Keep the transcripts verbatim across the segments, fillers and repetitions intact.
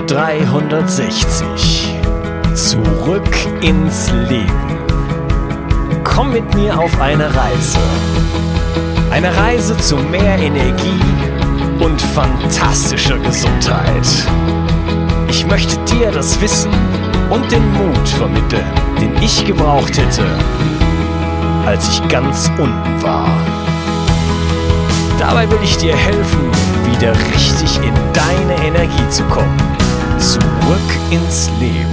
dreihundertsechzig. Zurück ins Leben. Komm mit mir auf eine Reise. Eine Reise zu mehr Energie und fantastischer Gesundheit. Ich möchte dir das Wissen und den Mut vermitteln, den ich gebraucht hätte, als ich ganz unten war. Dabei will ich dir helfen, wieder richtig in deine Energie zu kommen. Zurück ins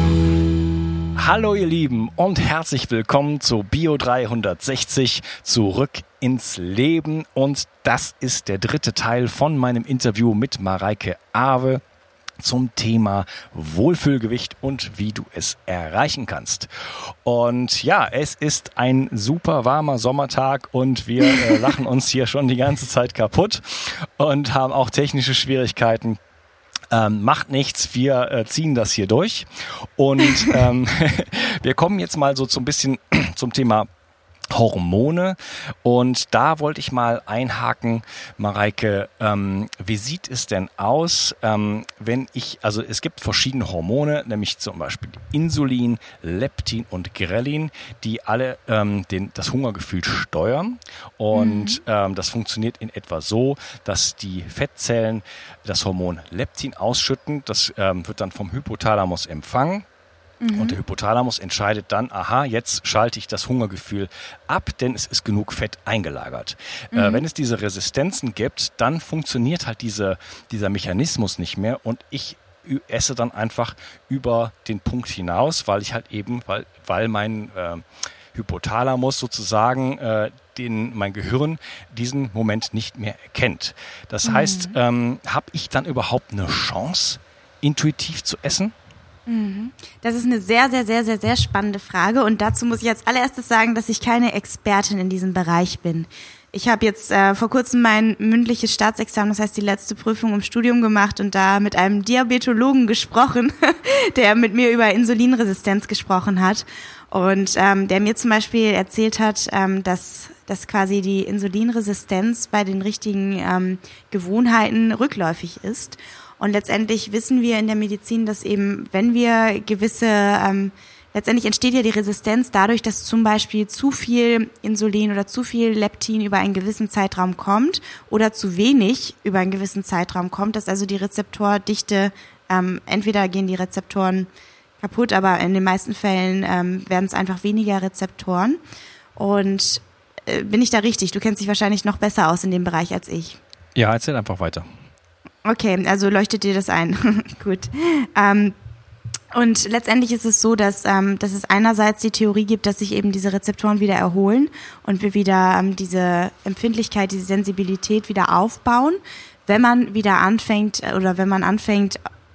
Leben. Hallo ihr Lieben und herzlich willkommen zu Bio dreihundertsechzig, Zurück ins Leben. Und das ist der dritte Teil von meinem Interview mit Mareike Awe zum Thema Wohlfühlgewicht und wie du es erreichen kannst. Und ja, es ist ein super warmer Sommertag und wir äh, lachen uns hier schon die ganze Zeit kaputt und haben auch technische Schwierigkeiten. Ähm, macht nichts, wir äh, ziehen das hier durch. Und ähm, wir kommen jetzt mal so zum bisschen zum Thema Hormone, und da wollte ich mal einhaken, Mareike, ähm, wie sieht es denn aus, ähm, wenn ich, also es gibt verschiedene Hormone, nämlich zum Beispiel Insulin, Leptin und Ghrelin, die alle ähm, den, das Hungergefühl steuern, und mhm. ähm, das funktioniert in etwa so, dass die Fettzellen das Hormon Leptin ausschütten, das ähm, wird dann vom Hypothalamus empfangen. Und der Hypothalamus entscheidet dann, aha, jetzt schalte ich das Hungergefühl ab, denn es ist genug Fett eingelagert. Mhm. Äh, wenn es diese Resistenzen gibt, dann funktioniert halt diese, dieser Mechanismus nicht mehr, und ich esse dann einfach über den Punkt hinaus, weil ich halt eben, weil, weil mein äh, Hypothalamus sozusagen äh, den, mein Gehirn diesen Moment nicht mehr erkennt. Das mhm. heißt, ähm, habe ich dann überhaupt eine Chance, intuitiv zu essen? Das ist eine sehr, sehr, sehr, sehr, sehr spannende Frage, und dazu muss ich als allererstes sagen, dass ich keine Expertin in diesem Bereich bin. Ich habe jetzt äh, vor kurzem mein mündliches Staatsexamen, das heißt die letzte Prüfung im Studium gemacht, und da mit einem Diabetologen gesprochen, der mit mir über Insulinresistenz gesprochen hat, und ähm, der mir zum Beispiel erzählt hat, ähm, dass, dass quasi die Insulinresistenz bei den richtigen ähm, Gewohnheiten rückläufig ist. Und letztendlich wissen wir in der Medizin, dass eben, wenn wir gewisse, ähm, letztendlich entsteht ja die Resistenz dadurch, dass zum Beispiel zu viel Insulin oder zu viel Leptin über einen gewissen Zeitraum kommt oder zu wenig über einen gewissen Zeitraum kommt, dass also die Rezeptordichte, ähm, entweder gehen die Rezeptoren kaputt, aber in den meisten Fällen ähm, werden es einfach weniger Rezeptoren. Und äh, bin ich da richtig? Du kennst dich wahrscheinlich noch besser aus in dem Bereich als ich. Ja, erzähl einfach weiter. Okay, also leuchtet dir das ein. Gut. Ähm, und letztendlich ist es so, dass, ähm, dass es einerseits die Theorie gibt, dass sich eben diese Rezeptoren wieder erholen und wir wieder ähm, diese Empfindlichkeit, diese Sensibilität wieder aufbauen, wenn man wieder anfängt oder wenn man anfängt,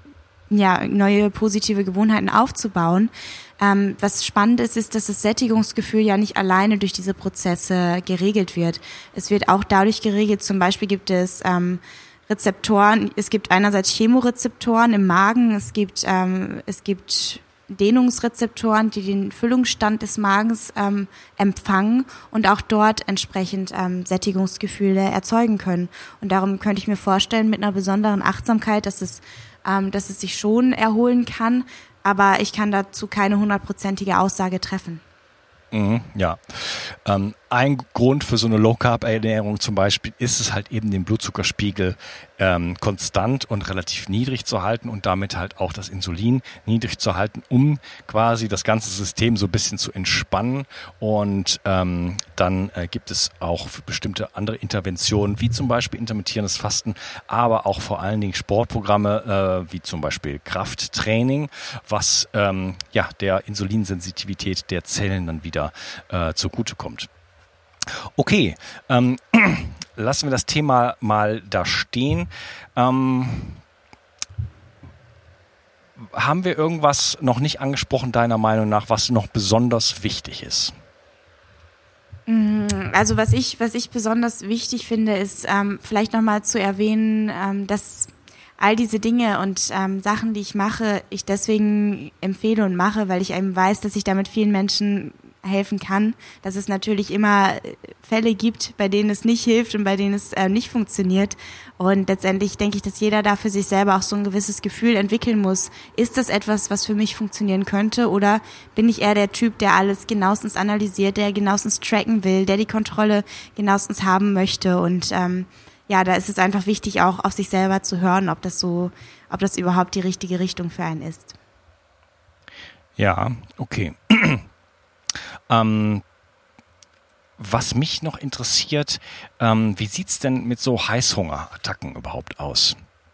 ja, neue positive Gewohnheiten aufzubauen. Ähm, was spannend ist, ist, dass das Sättigungsgefühl ja nicht alleine durch diese Prozesse geregelt wird. Es wird auch dadurch geregelt, zum Beispiel gibt es ähm, Rezeptoren, es gibt einerseits Chemorezeptoren im Magen, es gibt ähm, es gibt Dehnungsrezeptoren, die den Füllungsstand des Magens ähm, empfangen und auch dort entsprechend ähm, Sättigungsgefühle erzeugen können. Und darum könnte ich mir vorstellen, mit einer besonderen Achtsamkeit, dass es ähm, dass es sich schon erholen kann, aber ich kann dazu keine hundertprozentige Aussage treffen. Mhm, ja, ähm, ein Grund für so eine Low-Carb-Ernährung zum Beispiel ist es halt eben, den Blutzuckerspiegel ähm, konstant und relativ niedrig zu halten und damit halt auch das Insulin niedrig zu halten, um quasi das ganze System so ein bisschen zu entspannen. Und ähm, dann äh, gibt es auch bestimmte andere Interventionen, wie zum Beispiel intermittierendes Fasten, aber auch vor allen Dingen Sportprogramme, äh, wie zum Beispiel Krafttraining, was ähm, ja der Insulinsensitivität der Zellen dann wieder äh, zugutekommt. Okay, ähm, lassen wir das Thema mal da stehen. Ähm, haben wir irgendwas noch nicht angesprochen, deiner Meinung nach, was noch besonders wichtig ist? Also was ich, was ich besonders wichtig finde, ist ähm, vielleicht nochmal zu erwähnen, ähm, dass all diese Dinge und ähm, Sachen, die ich mache, ich deswegen empfehle und mache, weil ich eben weiß, dass ich damit vielen Menschen helfen kann, dass es natürlich immer Fälle gibt, bei denen es nicht hilft und bei denen es äh, nicht funktioniert. Und letztendlich denke ich, dass jeder da für sich selber auch so ein gewisses Gefühl entwickeln muss. Ist das etwas, was für mich funktionieren könnte, oder bin ich eher der Typ, der alles genauestens analysiert, der genauestens tracken will, der die Kontrolle genauestens haben möchte? Und ähm, ja, da ist es einfach wichtig, auch auf sich selber zu hören, ob das so, ob das überhaupt die richtige Richtung für einen ist. Ja, okay. ähm, was mich noch interessiert, ähm, wie sieht's denn mit so Heißhungerattacken überhaupt aus?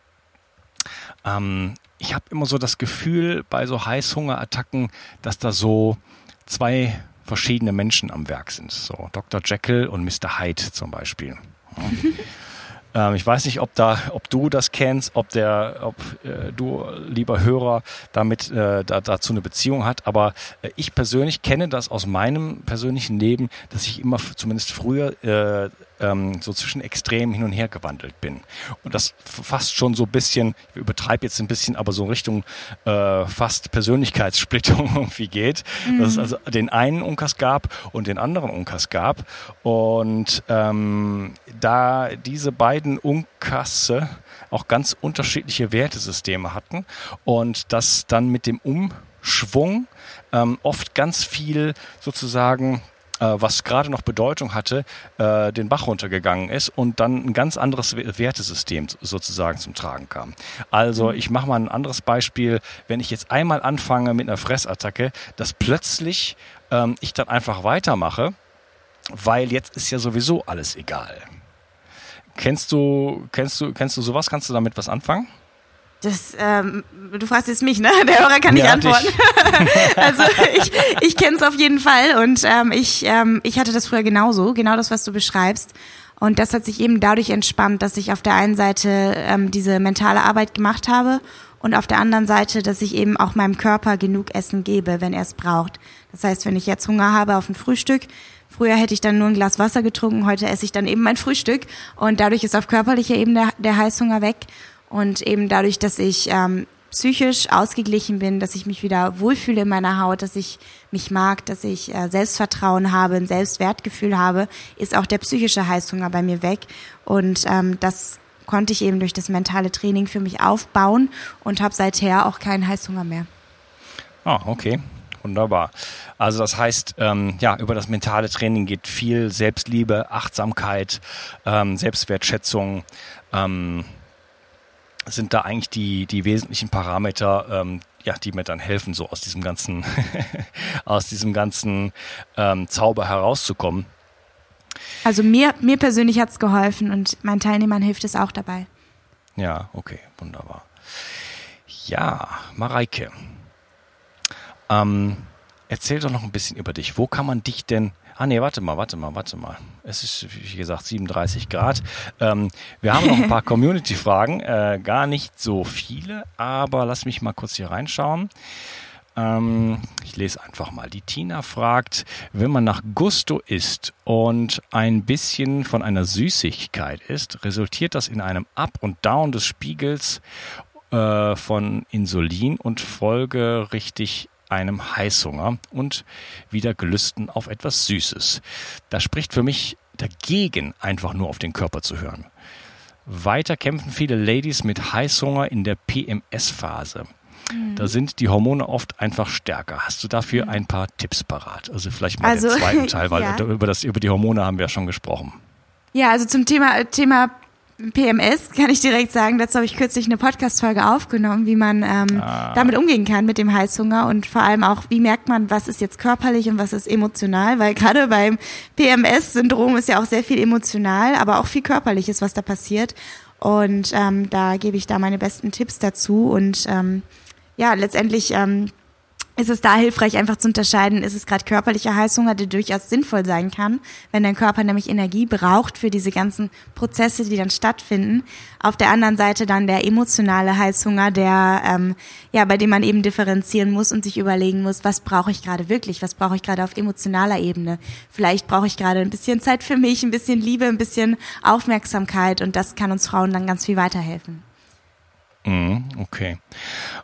Ähm, ich habe immer so das Gefühl bei so Heißhungerattacken, dass da so zwei verschiedene Menschen am Werk sind. So Doktor Jekyll und Mister Hyde zum Beispiel. Ja. Ähm, ich weiß nicht, ob da, ob du das kennst, ob der, ob äh, du, lieber Hörer, damit äh, da, dazu eine Beziehung hat. Aber äh, ich persönlich kenne das aus meinem persönlichen Leben, dass ich immer f- zumindest früher äh, ähm, so zwischen Extremen hin und her gewandelt bin. Und das fast schon so ein bisschen, ich übertreibe jetzt ein bisschen, aber so in Richtung äh, fast Persönlichkeitssplittung irgendwie geht. Mhm. Dass es also den einen Unkas gab und den anderen Unkas gab. Und ähm, da diese beiden Unkasse auch ganz unterschiedliche Wertesysteme hatten und das dann mit dem Umschwung ähm, oft ganz viel sozusagen, äh, was gerade noch Bedeutung hatte, äh, den Bach runtergegangen ist und dann ein ganz anderes Wertesystem sozusagen zum Tragen kam. Also ich mache mal ein anderes Beispiel. Wenn ich jetzt einmal anfange mit einer Fressattacke, dass plötzlich ähm, ich dann einfach weitermache, weil jetzt ist ja sowieso alles egal. Kennst du, kennst du, kennst du sowas? Kannst du damit was anfangen? Das, ähm, du fragst jetzt mich, ne? Der Hörer kann nicht ja, antworten. Also ich, ich kenne es auf jeden Fall und ähm, ich, ähm, ich hatte das früher genauso, genau das, was du beschreibst. Und das hat sich eben dadurch entspannt, dass ich auf der einen Seite ähm, diese mentale Arbeit gemacht habe und auf der anderen Seite, dass ich eben auch meinem Körper genug Essen gebe, wenn er es braucht. Das heißt, wenn ich jetzt Hunger habe auf ein Frühstück, früher hätte ich dann nur ein Glas Wasser getrunken, heute esse ich dann eben mein Frühstück und dadurch ist auf körperlicher Ebene der, der Heißhunger weg und eben dadurch, dass ich ähm, psychisch ausgeglichen bin, dass ich mich wieder wohlfühle in meiner Haut, dass ich mich mag, dass ich äh, Selbstvertrauen habe, ein Selbstwertgefühl habe, ist auch der psychische Heißhunger bei mir weg und ähm, das konnte ich eben durch das mentale Training für mich aufbauen und habe seither auch keinen Heißhunger mehr. Ah, okay. Wunderbar. Also das heißt, ähm, ja, über das mentale Training geht viel Selbstliebe, Achtsamkeit, ähm, Selbstwertschätzung, ähm, sind da eigentlich die, die wesentlichen Parameter, ähm, ja, die mir dann helfen, so aus diesem ganzen, aus diesem ganzen ähm, Zauber herauszukommen. Also mir, mir persönlich hat's geholfen und meinen Teilnehmern hilft es auch dabei. Ja, okay, wunderbar. Ja, Mareike. Ähm, erzähl doch noch ein bisschen über dich. Wo kann man dich denn... Ah nee, warte mal, warte mal, warte mal. Es ist, wie gesagt, siebenunddreißig Grad. Ähm, wir haben noch ein paar Community-Fragen. Äh, gar nicht so viele, aber lass mich mal kurz hier reinschauen. Ähm, ich lese einfach mal. Die Tina fragt, wenn man nach Gusto isst und ein bisschen von einer Süßigkeit isst, resultiert das in einem Up und Down des Spiegels äh, von Insulin und folgerichtig einem Heißhunger und wieder Gelüsten auf etwas Süßes. Das spricht für mich dagegen, einfach nur auf den Körper zu hören. Weiter kämpfen viele Ladies mit Heißhunger in der P M S-Phase. Mhm. Da sind die Hormone oft einfach stärker. Hast du dafür ein paar Tipps parat? Also vielleicht mal also, den zweiten Teil, weil ja. über, das, über die Hormone haben wir ja schon gesprochen. Ja, also zum Thema, Thema P M S kann ich direkt sagen, dazu habe ich kürzlich eine Podcast-Folge aufgenommen, wie man ähm, ah. damit umgehen kann mit dem Heißhunger und vor allem auch, wie merkt man, was ist jetzt körperlich und was ist emotional, weil gerade beim P M S-Syndrom ist ja auch sehr viel emotional, aber auch viel Körperliches, was da passiert und ähm, da gebe ich da meine besten Tipps dazu und ähm, ja, letztendlich ähm, ist es da hilfreich, einfach zu unterscheiden, ist es gerade körperlicher Heißhunger, der durchaus sinnvoll sein kann, wenn dein Körper nämlich Energie braucht für diese ganzen Prozesse, die dann stattfinden. Auf der anderen Seite dann der emotionale Heißhunger, der ähm, ja, bei dem man eben differenzieren muss und sich überlegen muss, was brauche ich gerade wirklich, was brauche ich gerade auf emotionaler Ebene. Vielleicht brauche ich gerade ein bisschen Zeit für mich, ein bisschen Liebe, ein bisschen Aufmerksamkeit und das kann uns Frauen dann ganz viel weiterhelfen. Mm, okay.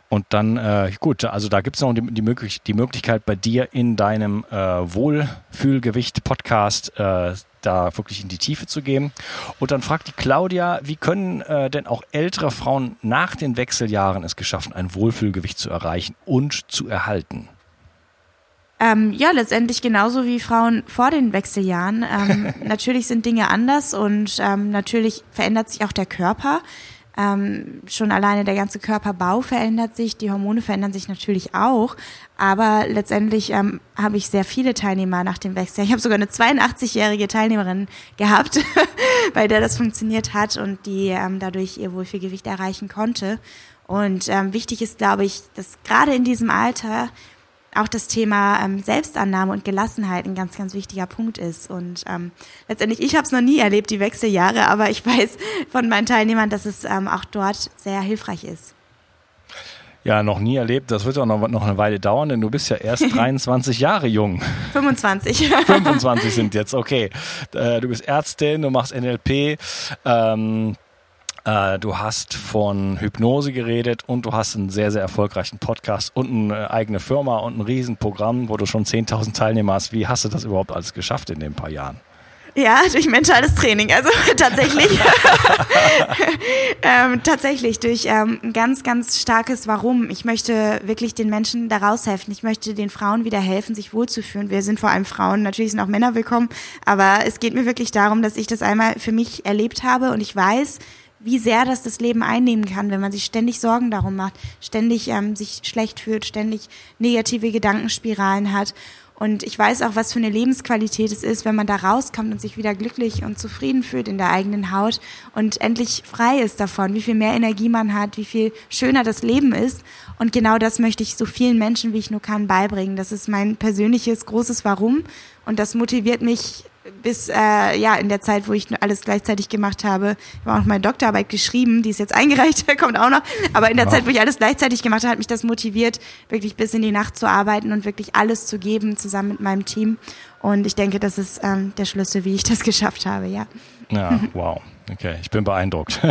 Und dann, äh, gut, also da gibt es noch die, die, möglich, die Möglichkeit bei dir in deinem äh, Wohlfühlgewicht-Podcast äh, da wirklich in die Tiefe zu gehen. Und dann fragt die Claudia, wie können äh, denn auch ältere Frauen nach den Wechseljahren es geschaffen, ein Wohlfühlgewicht zu erreichen und zu erhalten? Ähm, ja, letztendlich genauso wie Frauen vor den Wechseljahren. Ähm, natürlich sind Dinge anders und ähm, natürlich verändert sich auch der Körper. Ähm, schon alleine der ganze Körperbau verändert sich, die Hormone verändern sich natürlich auch, aber letztendlich ähm, habe ich sehr viele Teilnehmer nach dem Wechsel. Ich habe sogar eine zweiundachtzigjährige Teilnehmerin gehabt, bei der das funktioniert hat und die ähm, dadurch ihr Wohlfühlgewicht erreichen konnte. Und ähm, wichtig ist, glaube ich, dass gerade in diesem Alter auch das Thema ähm, Selbstannahme und Gelassenheit ein ganz, ganz wichtiger Punkt ist. Und ähm, letztendlich, ich habe es noch nie erlebt, die Wechseljahre, aber ich weiß von meinen Teilnehmern, dass es ähm, auch dort sehr hilfreich ist. Ja, noch nie erlebt. Das wird auch noch, noch eine Weile dauern, denn du bist ja erst dreiundzwanzig Jahre jung. fünfundzwanzig. fünfundzwanzig sind jetzt, okay. Äh, du bist Ärztin, du machst N L P, ähm, du hast von Hypnose geredet und du hast einen sehr, sehr erfolgreichen Podcast und eine eigene Firma und ein Riesenprogramm, wo du schon zehntausend Teilnehmer hast. Wie hast du das überhaupt alles geschafft in den paar Jahren? Ja, durch mentales Training, also tatsächlich, ähm, tatsächlich durch ähm, ein ganz, ganz starkes Warum. Ich möchte wirklich den Menschen da raushelfen. Ich möchte den Frauen wieder helfen, sich wohlzufühlen. Wir sind vor allem Frauen, natürlich sind auch Männer willkommen, aber es geht mir wirklich darum, dass ich das einmal für mich erlebt habe und ich weiß, wie sehr das das Leben einnehmen kann, wenn man sich ständig Sorgen darum macht, ständig ähm, sich schlecht fühlt, ständig negative Gedankenspiralen hat. Und ich weiß auch, was für eine Lebensqualität es ist, wenn man da rauskommt und sich wieder glücklich und zufrieden fühlt in der eigenen Haut und endlich frei ist davon, wie viel mehr Energie man hat, wie viel schöner das Leben ist. Und genau das möchte ich so vielen Menschen, wie ich nur kann, beibringen. Das ist mein persönliches großes Warum und das motiviert mich bis äh, ja in der Zeit, wo ich alles gleichzeitig gemacht habe. Ich habe auch noch meine Doktorarbeit geschrieben, die ist jetzt eingereicht, kommt auch noch. Aber in der wow. Zeit, wo ich alles gleichzeitig gemacht habe, hat mich das motiviert, wirklich bis in die Nacht zu arbeiten und wirklich alles zu geben, zusammen mit meinem Team. Und ich denke, das ist ähm, der Schlüssel, wie ich das geschafft habe, ja. Ja, wow. Okay, ich bin beeindruckt.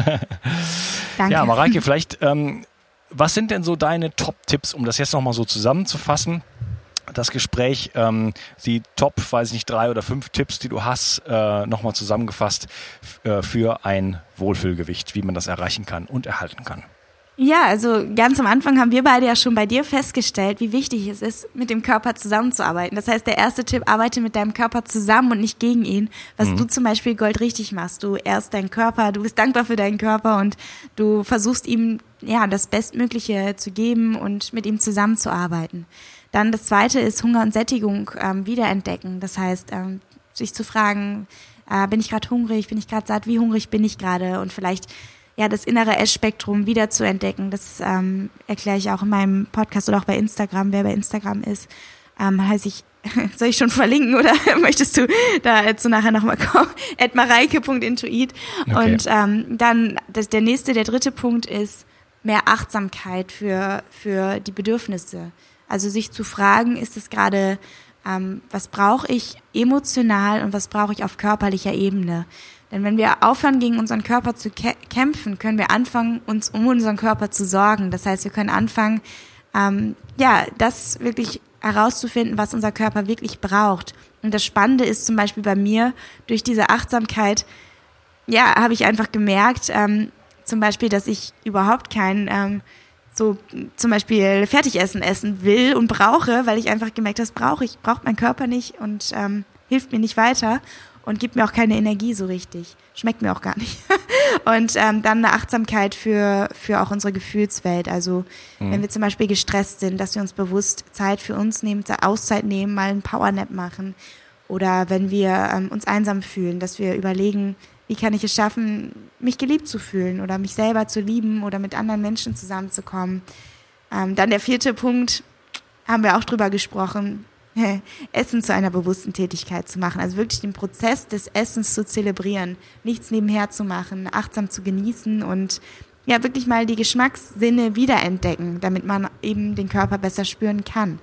Danke. Ja, Mareike, vielleicht, ähm, was sind denn so deine Top-Tipps, um das jetzt nochmal so zusammenzufassen? Das Gespräch, ähm, die Top, weiß ich nicht, drei oder fünf Tipps, die du hast, äh, nochmal zusammengefasst f- äh, für ein Wohlfühlgewicht, wie man das erreichen kann und erhalten kann. Ja, also ganz am Anfang haben wir beide ja schon bei dir festgestellt, wie wichtig es ist, mit dem Körper zusammenzuarbeiten. Das heißt, der erste Tipp, arbeite mit deinem Körper zusammen und nicht gegen ihn. Was mhm. du zum Beispiel goldrichtig machst. Du ehrst deinen Körper, du bist dankbar für deinen Körper und du versuchst ihm ja das Bestmögliche zu geben und mit ihm zusammenzuarbeiten. Dann das Zweite ist Hunger und Sättigung ähm, wiederentdecken. Das heißt, ähm, sich zu fragen, äh, bin ich gerade hungrig, bin ich gerade satt, wie hungrig bin ich gerade? Und vielleicht ja das innere Essspektrum wieder zu entdecken. Das ähm, erkläre ich auch in meinem Podcast oder auch bei Instagram. Wer bei Instagram ist, ähm, heiße ich, soll ich schon verlinken oder möchtest du dazu nachher nochmal kommen? at mareike punkt intuit. Okay. Und ähm, dann das, der nächste, der dritte Punkt ist mehr Achtsamkeit für, für die Bedürfnisse. Also sich zu fragen, ist es gerade, ähm, was brauche ich emotional und was brauche ich auf körperlicher Ebene? Denn wenn wir aufhören, gegen unseren Körper zu kä- kämpfen, können wir anfangen, uns um unseren Körper zu sorgen. Das heißt, wir können anfangen, ähm, ja, das wirklich herauszufinden, was unser Körper wirklich braucht. Und das Spannende ist zum Beispiel bei mir, durch diese Achtsamkeit, ja, habe ich einfach gemerkt, ähm, zum Beispiel, dass ich überhaupt kein ähm, so zum Beispiel Fertigessen essen will und brauche, weil ich einfach gemerkt habe, das brauche ich, braucht mein Körper nicht und ähm, hilft mir nicht weiter und gibt mir auch keine Energie so richtig. Schmeckt mir auch gar nicht. Und ähm, dann eine Achtsamkeit für, für auch unsere Gefühlswelt. Also mhm. wenn wir zum Beispiel gestresst sind, dass wir uns bewusst Zeit für uns nehmen, Auszeit nehmen, mal einen Powernap machen. Oder wenn wir ähm, uns einsam fühlen, dass wir überlegen, wie kann ich es schaffen, mich geliebt zu fühlen oder mich selber zu lieben oder mit anderen Menschen zusammenzukommen. Ähm, dann der vierte Punkt, haben wir auch drüber gesprochen, Essen zu einer bewussten Tätigkeit zu machen. Also wirklich den Prozess des Essens zu zelebrieren, nichts nebenher zu machen, achtsam zu genießen und ja wirklich mal die Geschmackssinne wiederentdecken, damit man eben den Körper besser spüren kann.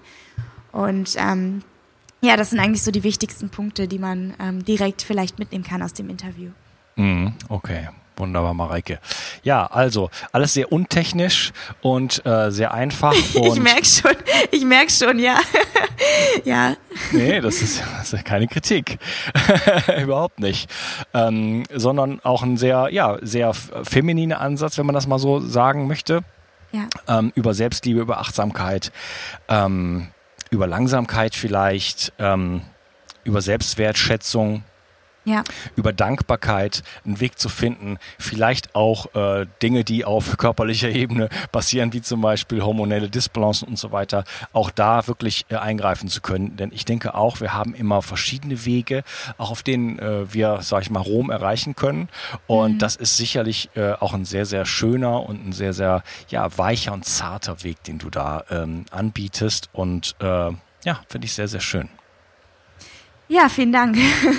Und ähm, ja, das sind eigentlich so die wichtigsten Punkte, die man ähm, direkt vielleicht mitnehmen kann aus dem Interview. Mm, okay, Wunderbar, Mareike. Ja, also alles sehr untechnisch und äh, sehr einfach. Und ich merke schon, ich merke schon, ja. ja. Nee, das ist, das ist keine Kritik. Überhaupt nicht. Ähm, sondern auch ein sehr, ja, sehr femininer Ansatz, wenn man das mal so sagen möchte. Ja. Ähm, über Selbstliebe, über Achtsamkeit, ähm, über Langsamkeit vielleicht, ähm, über Selbstwertschätzung. Ja. Über Dankbarkeit einen Weg zu finden, vielleicht auch äh, Dinge, die auf körperlicher Ebene passieren, wie zum Beispiel hormonelle Disbalancen und so weiter, auch da wirklich äh, eingreifen zu können. Denn ich denke auch, wir haben immer verschiedene Wege, auch auf denen äh, wir, sag ich mal, Rom erreichen können. Und mhm. das ist sicherlich äh, auch ein sehr, sehr schöner und ein sehr, sehr ja, weicher und zarter Weg, den du da ähm, anbietest. Und äh, ja, finde ich sehr, sehr schön. Ja, vielen Dank.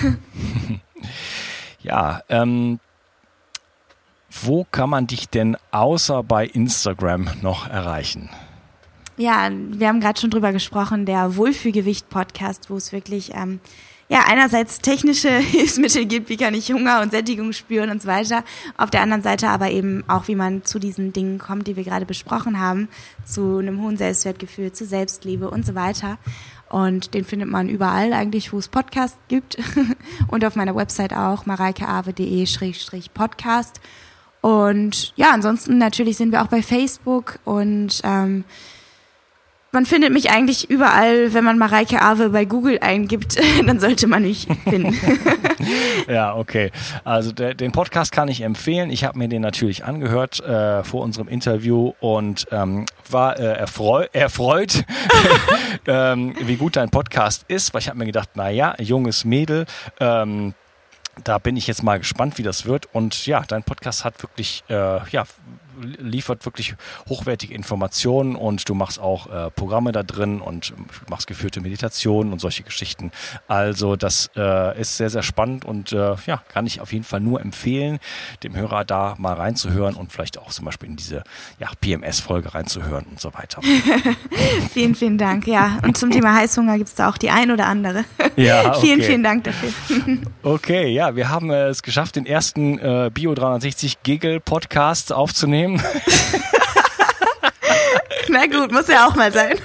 Ja, ähm, wo kann man dich denn außer bei Instagram noch erreichen? Ja, wir haben gerade schon drüber gesprochen, der Wohlfühlgewicht-Podcast, wo es wirklich ähm, ja einerseits technische Hilfsmittel gibt, wie kann ich Hunger und Sättigung spüren und so weiter. Auf der anderen Seite aber eben auch, wie man zu diesen Dingen kommt, die wir gerade besprochen haben, zu einem hohen Selbstwertgefühl, zu Selbstliebe und so weiter. Und den findet man überall eigentlich, wo es Podcasts gibt und auf meiner Website auch, mareikeawe punkt de Schrägstrich Podcast. Und ja, ansonsten natürlich sind wir auch bei Facebook und ähm, man findet mich eigentlich überall, wenn man Mareike Awe bei Google eingibt, dann sollte man mich finden. Ja, okay. Also der, den Podcast kann ich empfehlen. Ich habe mir den natürlich angehört äh, vor unserem Interview und ähm, war äh, erfreu- erfreut, ähm, wie gut dein Podcast ist, weil ich habe mir gedacht, naja, junges Mädel, ähm, da bin ich jetzt mal gespannt, wie das wird. Und ja, dein Podcast hat wirklich, äh, ja, liefert wirklich hochwertige Informationen und du machst auch äh, Programme da drin und machst geführte Meditationen und solche Geschichten. Also das äh, ist sehr, sehr spannend und äh, ja, kann ich auf jeden Fall nur empfehlen, dem Hörer da mal reinzuhören und vielleicht auch zum Beispiel in diese ja, P M S-Folge reinzuhören und so weiter. Vielen, vielen Dank. Ja, und zum Thema Heißhunger gibt es da auch die ein oder andere. Ja, okay. Vielen, vielen Dank dafür. Okay, ja, wir haben äh, es geschafft, den ersten äh, Bio dreihundertsechzig Giggle Podcast aufzunehmen. Na gut, muss ja auch mal sein.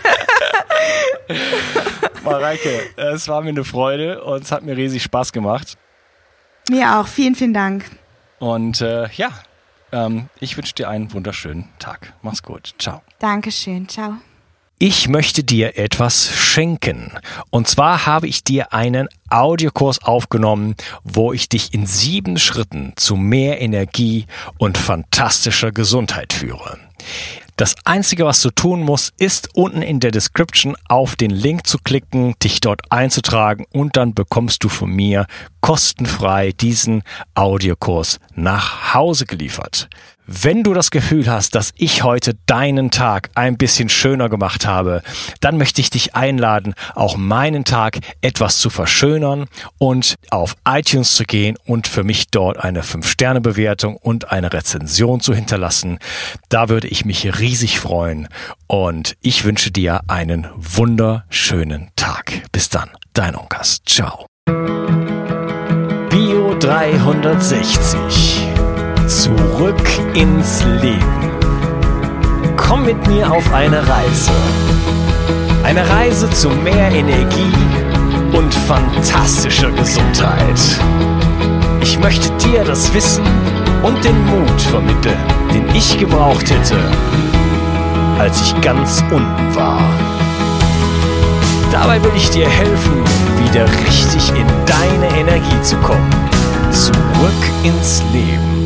Mareike, es war mir eine Freude und es hat mir riesig Spaß gemacht. Mir auch, vielen, vielen Dank. Und äh, ja, ähm, ich wünsche dir einen wunderschönen Tag. Mach's gut, ciao. Dankeschön, ciao. Ich möchte dir etwas schenken. Und zwar habe ich dir einen Audiokurs aufgenommen, wo ich dich in sieben Schritten zu mehr Energie und fantastischer Gesundheit führe. Das Einzige, was du tun musst, ist unten in der Description auf den Link zu klicken, dich dort einzutragen und dann bekommst du von mir kostenfrei diesen Audiokurs nach Hause geliefert. Wenn du das Gefühl hast, dass ich heute deinen Tag ein bisschen schöner gemacht habe, dann möchte ich dich einladen, auch meinen Tag etwas zu verschönern und auf iTunes zu gehen und für mich dort eine fünf Sterne Bewertung und eine Rezension zu hinterlassen. Da würde ich mich riesig freuen und ich wünsche dir einen wunderschönen Tag. Bis dann, dein Onkas. Ciao. Bio dreihundertsechzig. Zurück ins Leben. Komm mit mir auf eine Reise. Eine Reise zu mehr Energie und fantastischer Gesundheit. Ich möchte dir das Wissen und den Mut vermitteln, den ich gebraucht hätte, als ich ganz unten war. Dabei will ich dir helfen, wieder richtig in deine Energie zu kommen. Zurück ins Leben.